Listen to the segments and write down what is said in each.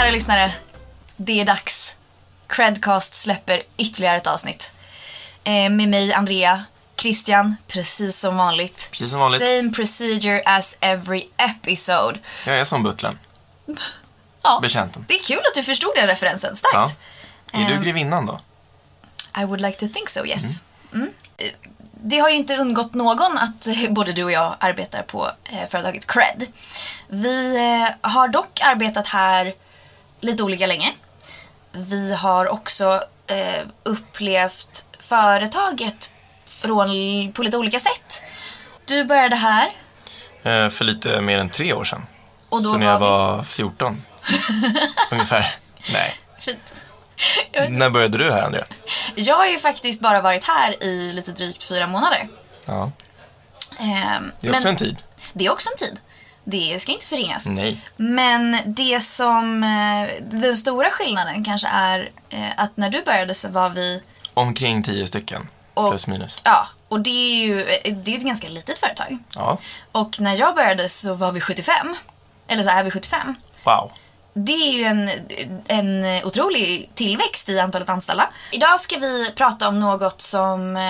kära lyssnare. Det är dags. Credcast släpper ytterligare ett avsnitt. Med mig, Andrea. Christian, precis som vanligt. Precis som vanligt. Same procedure as every episode. Jag är som butlern. Ja, Bekänten. det är kul att du förstod den referensen. Starkt. Ja. Är du grevinnan då? I would like to think so, yes. Det har ju inte undgått någon att både du och jag arbetar på företaget Cred. Vi har dock arbetat här lite olika länge. Vi har också upplevt företaget på lite olika sätt. Du började här. För lite mer än 3 år sedan. Och då så när jag var 14. Ungefär. Nej. Fint. När började du här, Andrea? Jag har ju faktiskt bara varit här i lite drygt 4 månader. Ja. Det är också en tid. Det är också en tid. Det ska inte förringas. Nej. Men det som den stora skillnaden kanske är att när du började så var vi omkring 10 stycken. Plus minus. Ja, och det är ju ett ganska litet företag. Ja. Och när jag började så var vi 75. Eller så är vi 75. Wow. Det är ju en otrolig tillväxt i antalet anställda. Idag ska vi prata om något som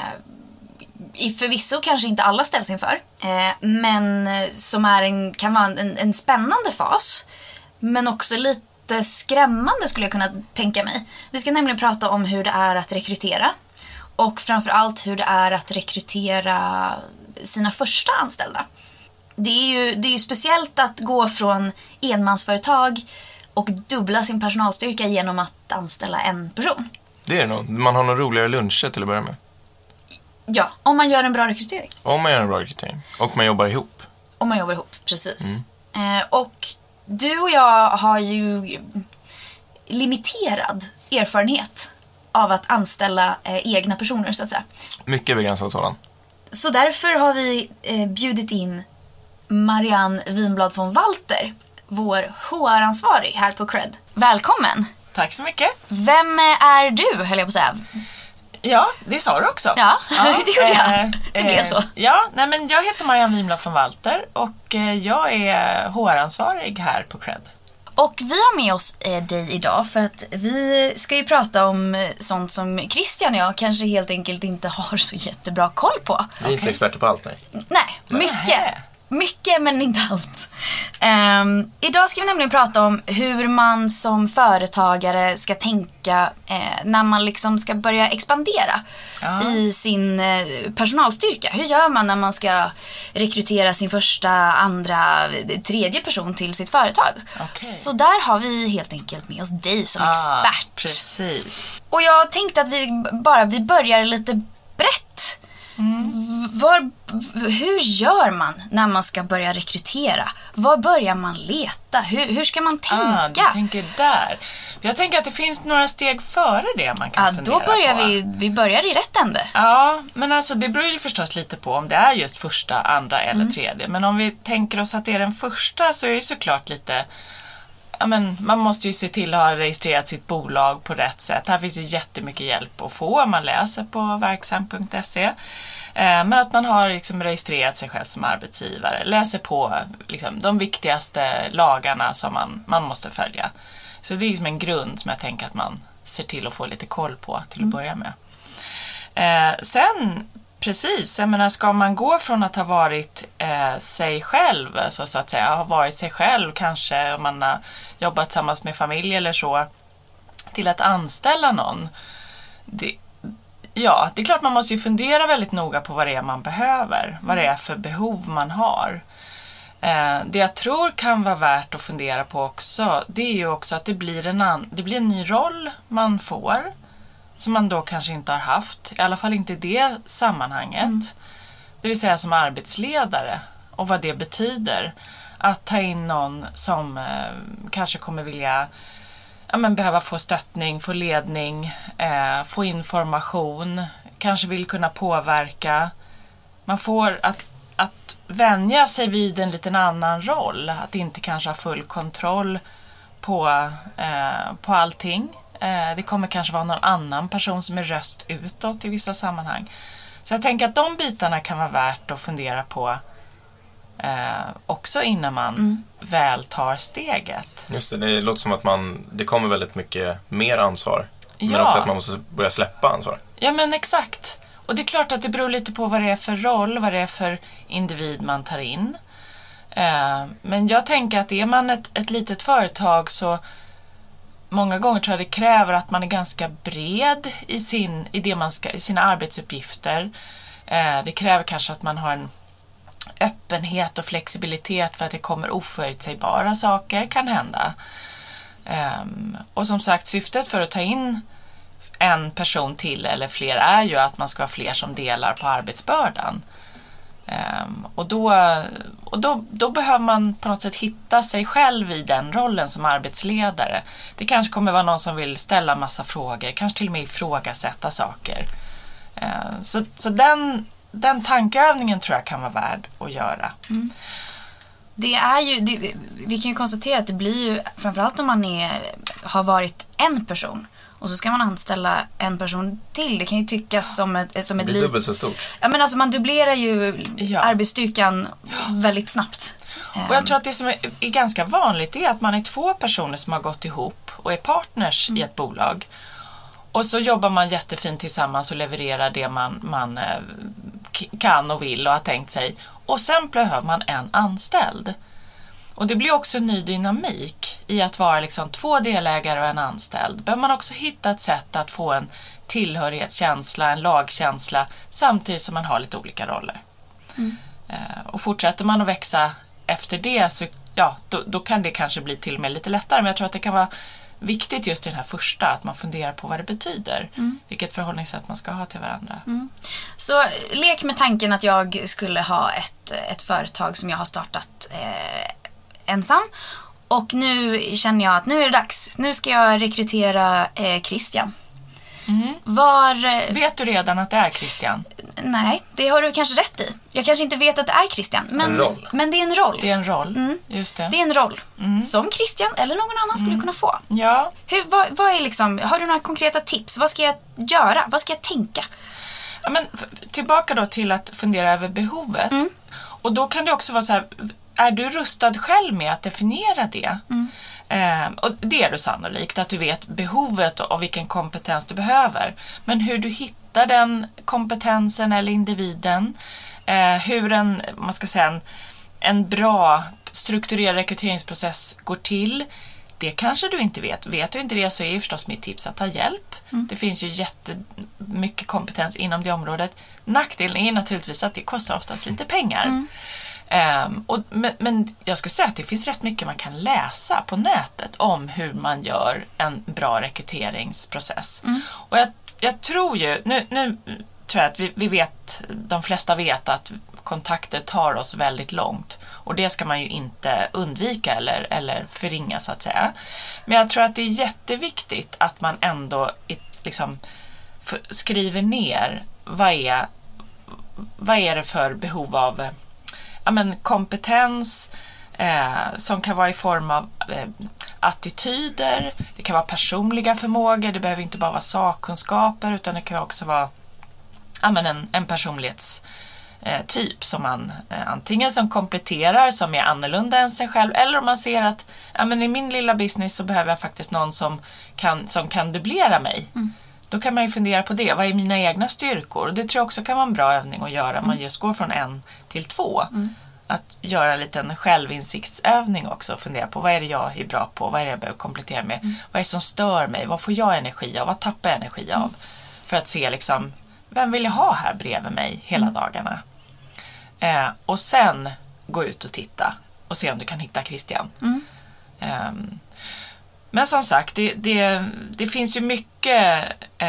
förvisso kanske inte alla ställs inför. Men som kan vara en spännande fas. Men också lite skrämmande skulle jag kunna tänka mig. Vi ska nämligen prata om hur det är att rekrytera. Och framförallt hur det är att rekrytera sina första anställda. Det är ju speciellt att gå från enmansföretag och dubbla sin personalstyrka genom att anställa en person. Det är det nog. Man har någon roligare luncher till att börja med. Ja, om man gör en bra rekrytering. Om man gör en bra rekrytering. Och man jobbar ihop. Om man jobbar ihop, precis. Och du och jag har ju limiterad erfarenhet av att anställa egna personer, så att säga. Mycket begränsad sådan. Så därför har vi bjudit in Marianne Winblad von Walter, vår HR-ansvarig här på Cred. Välkommen! Tack så mycket. Vem är du, höll jag på att säga? Ja, det sa du också. Ja, det gjorde jag. Det blev så. Ja, men jag heter Marianne Winblad von Walter och jag är HR-ansvarig här på Cred. Och vi har med oss dig idag för att vi ska ju prata om sånt som Christian och jag kanske helt enkelt inte har så jättebra koll på. Vi är inte experter på allt, nej. Nej, mycket men inte allt. Idag ska vi nämligen prata om hur man som företagare ska tänka när man liksom ska börja expandera i sin personalstyrka. Hur gör man när man ska rekrytera sin första, andra, tredje person till sitt företag? Okay. Så där har vi helt enkelt med oss dig som expert. Precis. Och jag tänkte att vi börjar lite brett. Hur gör man när man ska börja rekrytera? Var börjar man leta? Hur ska man tänka? Du tänker där. Jag tänker att det finns några steg före det man kan fundera på. Då börjar vi börjar i rätt ände. Ja, men alltså det beror ju förstås lite på om det är just första, andra eller tredje. Men om vi tänker oss att det är den första så är det såklart lite... Ja, men man måste ju se till att ha registrerat sitt bolag på rätt sätt. Här finns ju jättemycket hjälp att få om man läser på verksam.se. Men att man har liksom registrerat sig själv som arbetsgivare. Läser på liksom de viktigaste lagarna som man måste följa. Så det är liksom en grund som jag tänker att man ser till att få lite koll på till att börja med. Sen... Precis, jag menar, ska man gå från att ha varit sig själv, alltså, så att säga, ha varit sig själv kanske om man har jobbat tillsammans med familj eller så, till att anställa någon. Det är klart man måste ju fundera väldigt noga på vad det är man behöver, vad det är för behov man har. Det jag tror kan vara värt att fundera på också, det är ju också att det blir en ny roll man får. Som man då kanske inte har haft. I alla fall inte i det sammanhanget. Det vill säga som arbetsledare. Och vad det betyder. Att ta in någon som kanske kommer vilja behöva få stöttning, få ledning, få information. Kanske vill kunna påverka. Man får att vänja sig vid en liten annan roll. Att inte kanske ha full kontroll på allting. Det kommer kanske vara någon annan person som är röst utåt i vissa sammanhang. Så jag tänker att de bitarna kan vara värt att fundera på också innan man väl tar steget. Just det, det låter som att det kommer väldigt mycket mer ansvar. Men Ja. också att man måste börja släppa ansvar. Ja, men exakt. Och det är klart att det beror lite på vad det är för roll, vad det är för individ man tar in. Men jag tänker att är man ett litet företag så många gånger tror jag det kräver att man är ganska bred i sina arbetsuppgifter. Det kräver kanske att man har en öppenhet och flexibilitet för att det kommer oförutsägbara saker kan hända. Och som sagt, syftet för att ta in en person till eller fler är ju att man ska vara fler som delar på arbetsbördan. Och då behöver man på något sätt hitta sig själv i den rollen som arbetsledare. Det kanske kommer vara någon som vill ställa massa frågor, kanske till och med ifrågasätta saker. Så den tankeövningen tror jag kan vara värd att göra. Det är ju, vi kan ju konstatera att det blir ju, framförallt om man har varit en person och så ska man anställa en person till. Det kan ju tyckas som ett Det är dubbelt så stort. Ja, men alltså man dubblerar ju arbetsstyrkan väldigt snabbt. Och jag tror att det som är ganska vanligt är att man är 2 personer som har gått ihop och är partners i ett bolag. Och så jobbar man jättefint tillsammans och levererar det man kan och vill och har tänkt sig. Och sen behöver man en anställd. Och det blir också en ny dynamik i att vara liksom 2 delägare och en anställd. Behöver man också hitta ett sätt att få en tillhörighetskänsla, en lagkänsla samtidigt som man har lite olika roller. Och fortsätter man att växa efter det så då kan det kanske bli till och med lite lättare. Men jag tror att det kan vara viktigt just i den här första att man funderar på vad det betyder. Vilket förhållningssätt man ska ha till varandra. Så lek med tanken att jag skulle ha ett företag som jag har startat ensam. Och nu känner jag att nu är det dags. Nu ska jag rekrytera Christian. Vet du redan att det är Christian? Nej, det har du kanske rätt i. Jag kanske inte vet att det är Christian. Men, En roll. Men det är en roll. Det är en roll, just det. Det är en roll som Christian eller någon annan skulle kunna få. Ja. Vad är liksom, har du några konkreta tips? Vad ska jag göra? Vad ska jag tänka? Ja, men tillbaka då till att fundera över behovet. Och då kan det också vara så här, är du rustad själv med att definiera det? Och det är du sannolikt, att du vet behovet och vilken kompetens du behöver. Men hur du hittar den kompetensen eller individen, hur en bra strukturerad rekryteringsprocess går till, det kanske du inte vet. Vet du inte det så är ju förstås mitt tips att ta hjälp. Det finns ju jättemycket kompetens inom det området. Nackdelen är naturligtvis att det kostar oftast lite pengar. Men jag skulle säga att det finns rätt mycket man kan läsa på nätet om hur man gör en bra rekryteringsprocess. Och jag tror ju, nu tror jag att vi vet, de flesta vet att kontakter tar oss väldigt långt. Och det ska man ju inte undvika eller förringa så att säga. Men jag tror att det är jätteviktigt att man ändå liksom skriver ner vad är det för behov av kompetens som kan vara i form av attityder, det kan vara personliga förmågor, det behöver inte bara vara sakkunskaper utan det kan också vara en personlighetstyp som man antingen som kompletterar, som är annorlunda än sig själv, eller om man ser att i min lilla business så behöver jag faktiskt någon som kan dubblera mig. Då kan man ju fundera på det. Vad är mina egna styrkor? Det tror jag också kan vara en bra övning att göra. Man just går från 1 till 2. Att göra en liten självinsiktsövning också. Och fundera på vad är det jag är bra på? Vad är det jag behöver komplettera med? Vad är det som stör mig? Vad får jag energi av? Vad tappar jag energi av? För att se liksom, vem vill jag ha här bredvid mig hela dagarna? Och sen gå ut och titta. Och se om du kan hitta Christian. Men som sagt, det finns ju mycket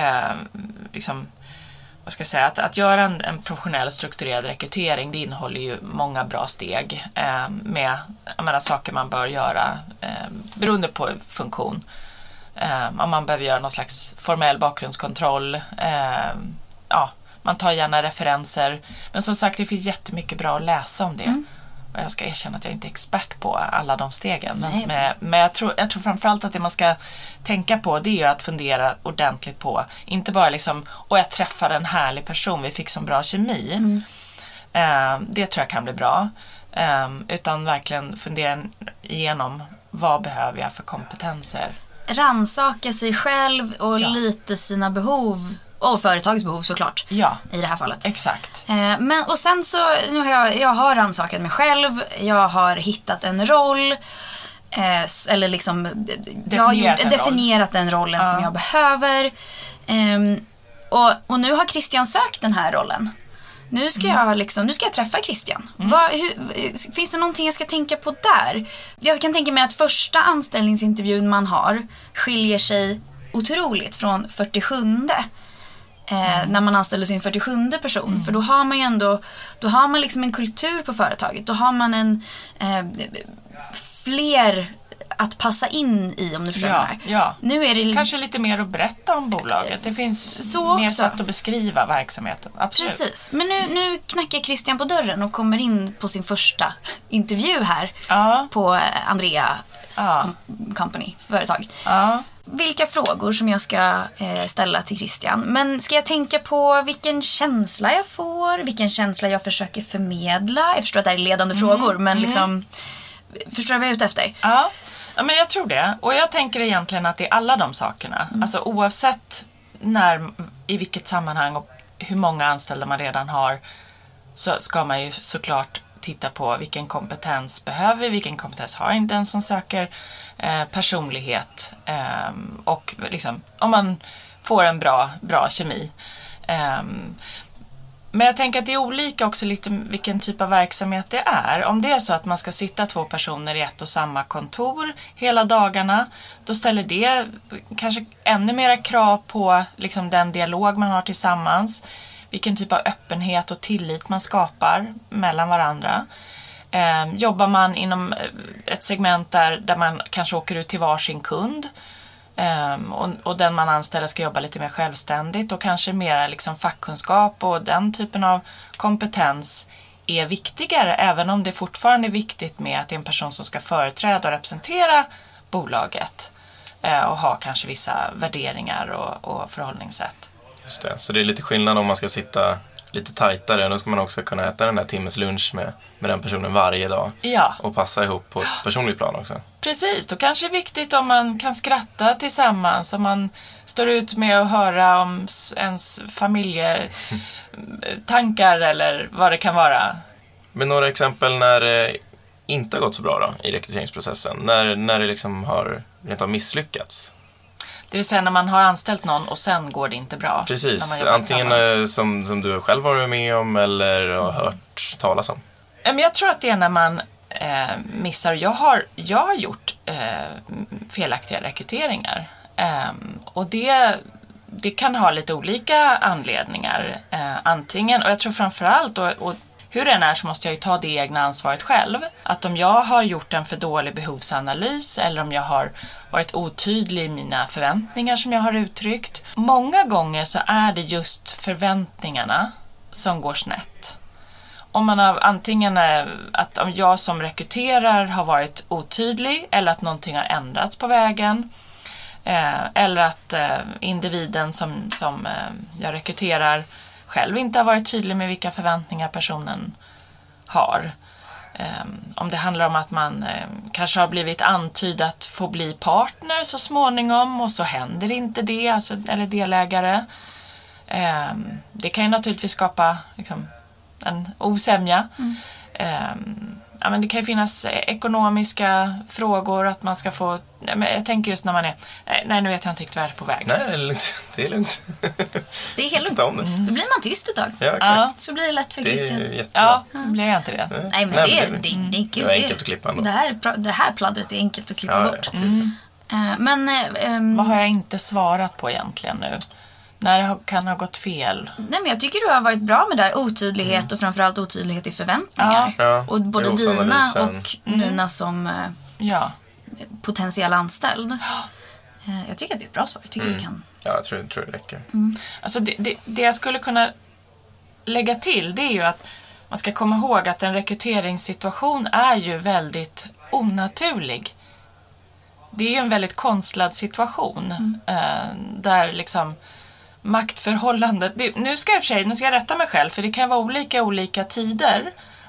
vad ska jag säga, att göra en professionell strukturerad rekrytering, det innehåller ju många bra steg med saker man bör göra beroende på funktion. Om man behöver göra någon slags formell bakgrundskontroll, man tar gärna referenser, men som sagt det finns jättemycket bra att läsa om det. Och jag ska erkänna att jag inte är expert på alla de stegen. Men jag tror framförallt att det man ska tänka på det är att fundera ordentligt på. Inte bara liksom, jag träffade en härlig person, vi fick så bra kemi. Det tror jag kan bli bra. Utan verkligen fundera igenom vad behöver jag för kompetenser. Rannsaka sig själv och lite sina behov. Och företagets behov såklart. Ja. I det här fallet. Exakt. Och sen så, nu har jag har rannsakat mig själv. Jag har hittat en roll. Eller liksom jag har definierat den rollen som jag behöver. Och nu har Christian sökt den här rollen. Nu ska jag träffa Christian. Finns det någonting jag ska tänka på där? Jag kan tänka mig att första anställningsintervjun man har skiljer sig otroligt från 47:e. När man anställer sin 47:e person. För då har man ju ändå, då har man liksom en kultur på företaget. Då har man fler att passa in i, om du förstår det här. Ja. Nu är det kanske lite mer att berätta om bolaget. Det finns mer sätt att beskriva verksamheten. Absolut. Precis. Men nu knackar Christian på dörren och kommer in på sin första intervju här på Andreas company, företag. Vilka frågor som jag ska ställa till Christian. Men ska jag tänka på vilken känsla jag får, vilken känsla jag försöker förmedla? Jag förstår att det är ledande frågor, men liksom, förstår du vad jag är ute efter? Ja, men jag tror det. Och jag tänker egentligen att det är alla de sakerna. Alltså oavsett i vilket sammanhang och hur många anställda man redan har, så ska man ju såklart titta på vilken kompetens behöver vi, vilken kompetens har inte den som söker, personlighet och liksom, om man får en bra kemi. Men jag tänker att det är olika också lite vilken typ av verksamhet det är. Om det är så att man ska sitta 2 personer i ett och samma kontor hela dagarna, då ställer det kanske ännu mera krav på liksom den dialog man har tillsammans. Vilken typ av öppenhet och tillit man skapar mellan varandra. Jobbar man inom ett segment där man kanske åker ut till varsin kund, och den man anställer ska jobba lite mer självständigt och kanske mer liksom fackkunskap och den typen av kompetens är viktigare, även om det fortfarande är viktigt med att det är en person som ska företräda och representera bolaget och ha kanske vissa värderingar och förhållningssätt. Just det, så det är lite skillnad om man ska sitta lite tajtare. Då ska man också kunna äta den där timmes lunch med den personen varje dag. Ja. Och passa ihop på ett personligt plan också. Precis, då kanske det är viktigt om man kan skratta tillsammans. Om man står ut med att höra om ens familjetankar eller vad det kan vara. Men några exempel när det inte har gått så bra då, i rekryteringsprocessen. När det liksom har rent av misslyckats. Det vill säga när man har anställt någon och sen går det inte bra. Precis, antingen som du själv har varit med om eller har hört talas om. Men jag tror att det är när man missar. Jag har gjort felaktiga rekryteringar. Och det kan ha lite olika anledningar. Antingen, och jag tror framförallt, och hur den är så måste jag ju ta det egna ansvaret själv. Att om jag har gjort en för dålig behovsanalys eller om jag har varit otydlig i mina förväntningar som jag har uttryckt. Många gånger så är det just förväntningarna som går snett. Om man har antingen att om jag som rekryterar har varit otydlig eller att någonting har ändrats på vägen. Eller att individen som jag rekryterar själv inte har varit tydlig med vilka förväntningar personen har. Om det handlar om att man kanske har blivit antydd att få bli partner så småningom och så händer inte det, alltså, eller delägare. Det kan ju naturligtvis skapa liksom, en osämja. Ja, men det kan ju finnas ekonomiska frågor att man ska få. Jag tänker just när man är. Nej, nu vet jag inte riktigt vad jag är på väg. Nej, det är lugnt. Det är lugnt. Det är helt lugnt. Då blir man tyst ett tag. Ja, exakt. Så blir det lätt för Christian. Det är jättebra. Ja, då blir jag inte det. Nej, men det är det var enkelt att klippa ändå. Det här pladdret är enkelt att klippa bort. Men vad har jag inte svarat på egentligen nu? När det kan ha gått fel? Nej, men jag tycker du har varit bra med där otydlighet och framförallt otydlighet i förväntningar. Ja. Och både dina och mina som potentiell anställd. Jag tycker att det är ett bra svar. Jag tycker du kan. Ja, jag tror det räcker. Alltså det jag skulle kunna lägga till, det är ju att man ska komma ihåg att en rekryteringssituation är ju väldigt onaturlig. Det är ju en väldigt konstlad situation där liksom maktförhållandet. Nu ska jag rätta mig själv, för det kan vara olika tider.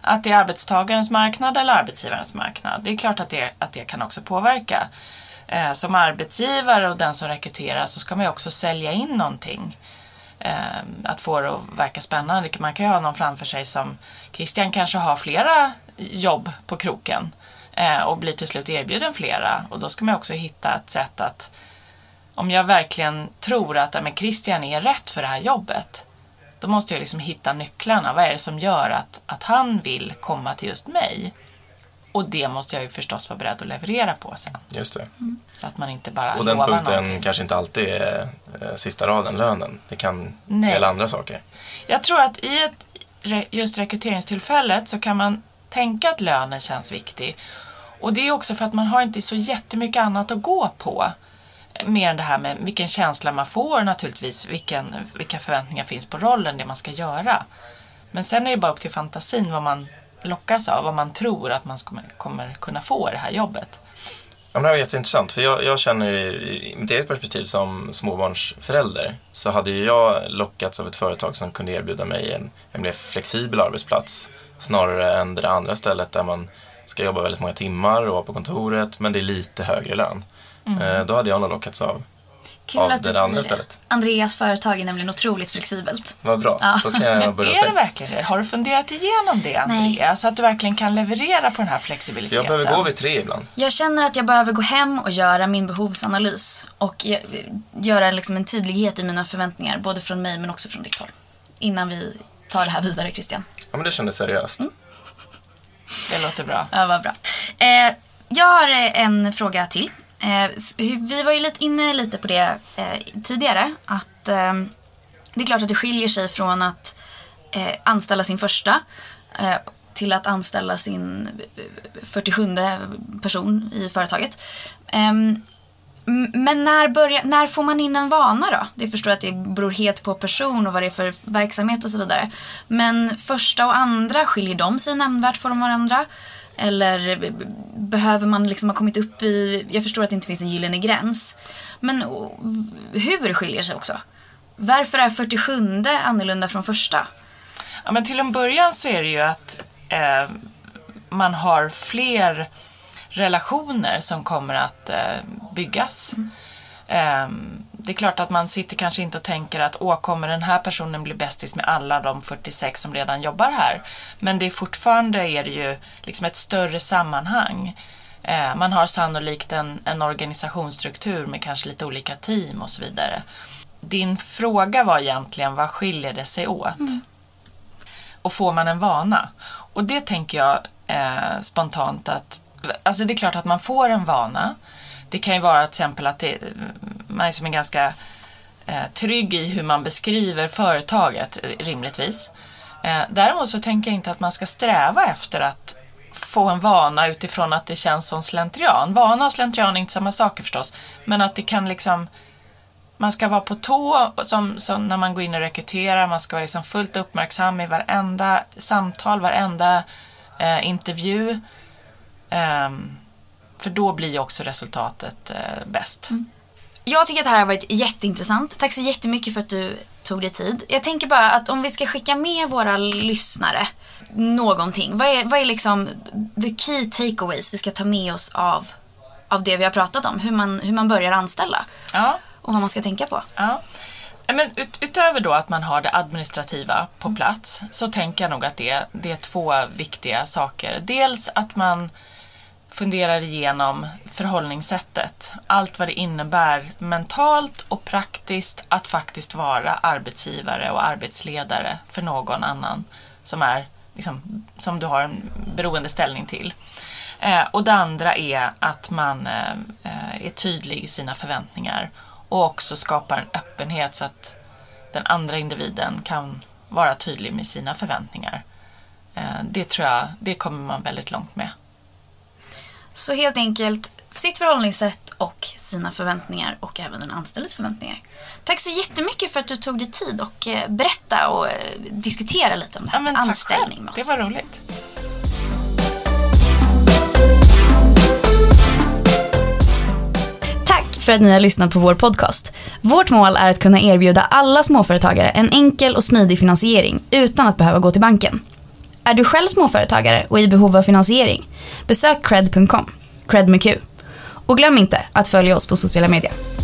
att det är arbetstagarens marknad eller arbetsgivarens marknad. Det är klart att det kan också påverka. Som arbetsgivare och den som rekryterar så ska man ju också sälja in någonting. Att få det att verka spännande. Man kan ju ha någon framför sig som Christian kanske har flera jobb på kroken och blir till slut erbjuden flera. Och då ska man också hitta ett sätt att om jag verkligen tror att Christian är rätt för det här jobbet, då måste jag liksom hitta nycklarna. Vad är det som gör att han vill komma till just mig? Och det måste jag ju förstås vara beredd att leverera på sen. Just det. Så att man inte bara och den lovar punkten någonting. Kanske inte alltid är sista raden, lönen. Det kan gälla andra saker. Jag tror att i just rekryteringstillfället så kan man tänka att lönen känns viktig. Och det är också för att man har inte så jättemycket annat att gå på. Mer än det här med vilken känsla man får naturligtvis. Vilka förväntningar finns på rollen, det man ska göra. Men sen är det bara upp till fantasin vad man lockas av. Vad man tror att man kommer kunna få i det här jobbet. Ja, men det var jätteintressant. För jag känner i mitt eget perspektiv som småbarnsförälder så hade ju jag lockats av ett företag som kunde erbjuda mig en mer flexibel arbetsplats. Snarare än det andra stället där man ska jobba väldigt många timmar och vara på kontoret. Men det är lite högre lön. Då hade jag nog lockats av det andra stället. Andreas företag är nämligen otroligt flexibelt. Vad bra, då kan jag börja är det verkligen det? Har du funderat igenom det, Andreas? Så att du verkligen kan leverera på den här flexibiliteten? Jag behöver gå vid 3 ibland. Jag känner att jag behöver gå hem och göra min behovsanalys. Och göra liksom en tydlighet i mina förväntningar. Både från mig men också från ditt håll. Innan vi tar det här vidare, Christian. Ja, men det kändes seriöst. Det låter bra. Ja, vad bra. Jag har en fråga till. Vi var ju inne lite på det tidigare. Att det är klart att det skiljer sig från att anställa sin första till att anställa sin 47:e person i företaget. Men när får man in en vana då? Det förstår jag att det beror helt på person och vad det är för verksamhet och så vidare. Men första och andra, skiljer de sig nämnvärt från varandra? Eller behöver man liksom ha kommit upp i... Jag förstår att det inte finns en gyllene gräns. Men hur skiljer sig också? Varför är 47:e annorlunda från första? Ja, men till en början så är det ju att man har fler relationer som kommer att byggas. Det är klart att man sitter kanske inte och tänker att kommer den här personen bli bästis med alla de 46 som redan jobbar här. Men det är fortfarande är det ju liksom ett större sammanhang. Man har sannolikt en organisationsstruktur med kanske lite olika team och så vidare. Din fråga var egentligen, vad skiljer det sig åt? Och får man en vana? Och det tänker jag spontant att, alltså det är klart att man får en vana. Det kan ju vara till exempel att man är som en ganska trygg i hur man beskriver företaget rimligtvis. Däremot så tänker jag inte att man ska sträva efter att få en vana utifrån att det känns som slentrian. Vana och slentrian är inte samma saker förstås. Men att det kan liksom, man ska vara på tå som när man går in och rekryterar. Man ska vara liksom fullt uppmärksam i varenda samtal, varenda intervju. För då blir ju också resultatet bäst. Jag tycker att det här har varit jätteintressant. Tack så jättemycket för att du tog dig tid. Jag tänker bara att om vi ska skicka med våra lyssnare någonting. Vad är liksom the key takeaways vi ska ta med oss av det vi har pratat om? Hur man börjar anställa. Ja. Och vad man ska tänka på. Ja. Men utöver då att man har det administrativa på plats så tänker jag nog att det är 2 viktiga saker. Dels att man funderar igenom förhållningssättet. Allt vad det innebär mentalt och praktiskt att faktiskt vara arbetsgivare och arbetsledare för någon annan som är liksom, som du har en beroende ställning till. Och det andra är att man är tydlig i sina förväntningar och också skapar en öppenhet så att den andra individen kan vara tydlig med sina förväntningar. Det tror jag, det kommer man väldigt långt med. Så helt enkelt sitt förhållningssätt och sina förväntningar och även den anställdes förväntningar. Tack så jättemycket för att du tog dig tid och berätta och diskutera lite om det här med anställning med oss. Det var roligt. Tack för att ni har lyssnat på vår podcast. Vårt mål är att kunna erbjuda alla småföretagare en enkel och smidig finansiering utan att behöva gå till banken. Är du själv småföretagare och i behov av finansiering? Besök cred.com, cred med Q. Och glöm inte att följa oss på sociala medier.